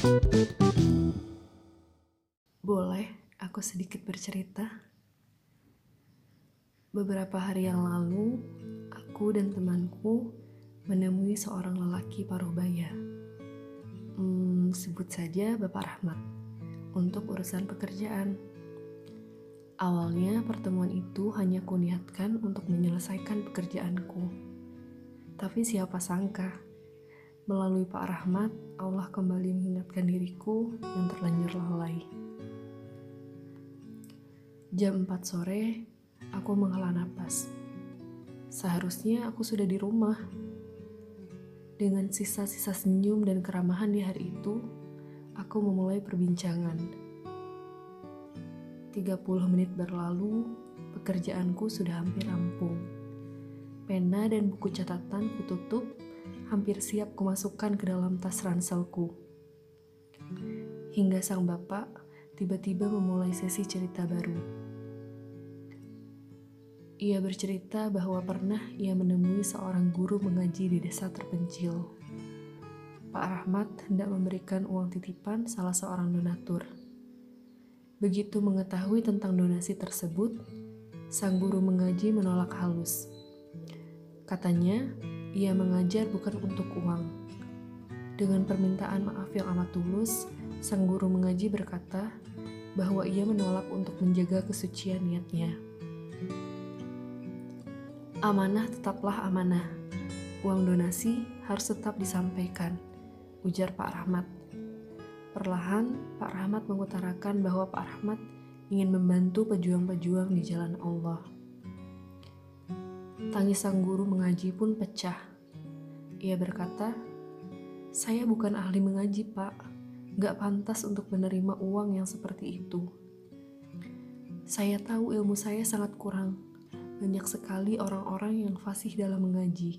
Boleh aku sedikit bercerita? Beberapa hari yang lalu, aku dan temanku menemui seorang lelaki paruh baya. Sebut saja Bapak Rahmat, untuk urusan pekerjaan. Awalnya pertemuan itu hanya kuniatkan untuk menyelesaikan pekerjaanku. Tapi siapa sangka, melalui Pak Rahmat, Allah kembali mengingatkan diriku yang terlanjur lalai. Jam 4 sore, aku menghela napas. Seharusnya aku sudah di rumah. Dengan sisa-sisa senyum dan keramahan di hari itu, aku memulai perbincangan. 30 menit berlalu, pekerjaanku sudah hampir rampung. Pena dan buku catatan kututup, hampir siap kumasukkan ke dalam tas ranselku. Hingga sang bapak tiba-tiba memulai sesi cerita baru. Ia bercerita bahwa pernah ia menemui seorang guru mengaji di desa terpencil. Pak Rahmat hendak memberikan uang titipan salah seorang donatur. Begitu mengetahui tentang donasi tersebut, sang guru mengaji menolak halus. Katanya, ia mengajar bukan untuk uang. Dengan permintaan maaf yang amat tulus, sang guru mengaji berkata bahwa ia menolak untuk menjaga kesucian niatnya. Amanah tetaplah amanah. Uang donasi harus tetap disampaikan, ujar Pak Rahmat. Perlahan, Pak Rahmat mengutarakan bahwa Pak Rahmat ingin membantu pejuang-pejuang di jalan Allah. Tangis sang guru mengaji pun pecah. Ia berkata, "Saya bukan ahli mengaji, Pak. Gak pantas untuk menerima uang yang seperti itu. Saya tahu ilmu saya sangat kurang. Banyak sekali orang-orang yang fasih dalam mengaji."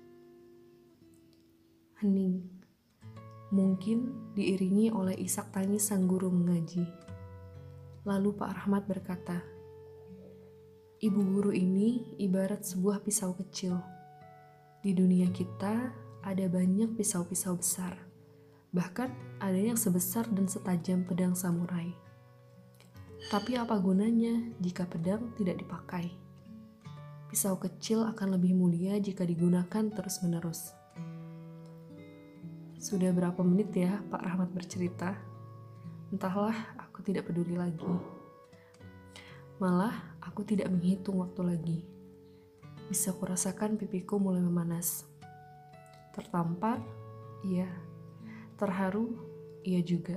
Hening. Mungkin diiringi oleh isak tangis sang guru mengaji. Lalu Pak Rahmat berkata, "Ibu guru ini ibarat sebuah pisau kecil. Di dunia kita ada banyak pisau-pisau besar. Bahkan ada yang sebesar dan setajam pedang samurai. Tapi apa gunanya jika pedang tidak dipakai? Pisau kecil akan lebih mulia jika digunakan terus-menerus." Sudah berapa menit ya Pak Rahmat bercerita? Entahlah, aku tidak peduli lagi. Malah, aku tidak menghitung waktu lagi. Bisa kurasakan pipiku mulai memanas. Tertampar? Iya. Terharu? Iya juga.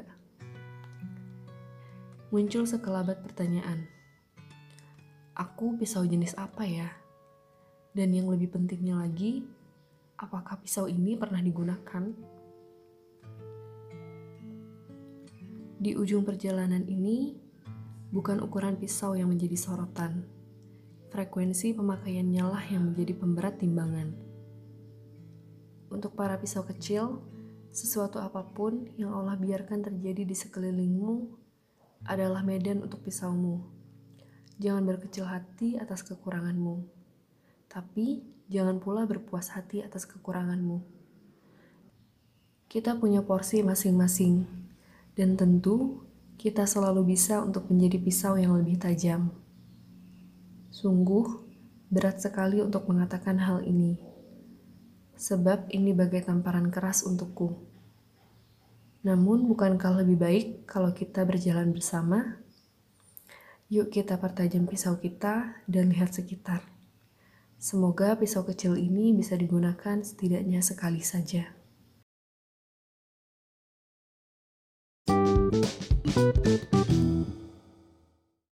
Muncul sekelabat pertanyaan. Aku pisau jenis apa ya? Dan yang lebih pentingnya lagi, apakah pisau ini pernah digunakan? Di ujung perjalanan ini, bukan ukuran pisau yang menjadi sorotan. Frekuensi pemakaiannya lah yang menjadi pemberat timbangan. Untuk para pisau kecil, sesuatu apapun yang Allah biarkan terjadi di sekelilingmu adalah medan untuk pisaumu. Jangan berkecil hati atas kekuranganmu. Tapi jangan pula berpuas hati atas kekuranganmu. Kita punya porsi masing-masing. Dan tentu, kita selalu bisa untuk menjadi pisau yang lebih tajam. Sungguh, berat sekali untuk mengatakan hal ini. Sebab ini bagai tamparan keras untukku. Namun, bukankah lebih baik kalau kita berjalan bersama? Yuk kita pertajam pisau kita dan lihat sekitar. Semoga pisau kecil ini bisa digunakan setidaknya sekali saja.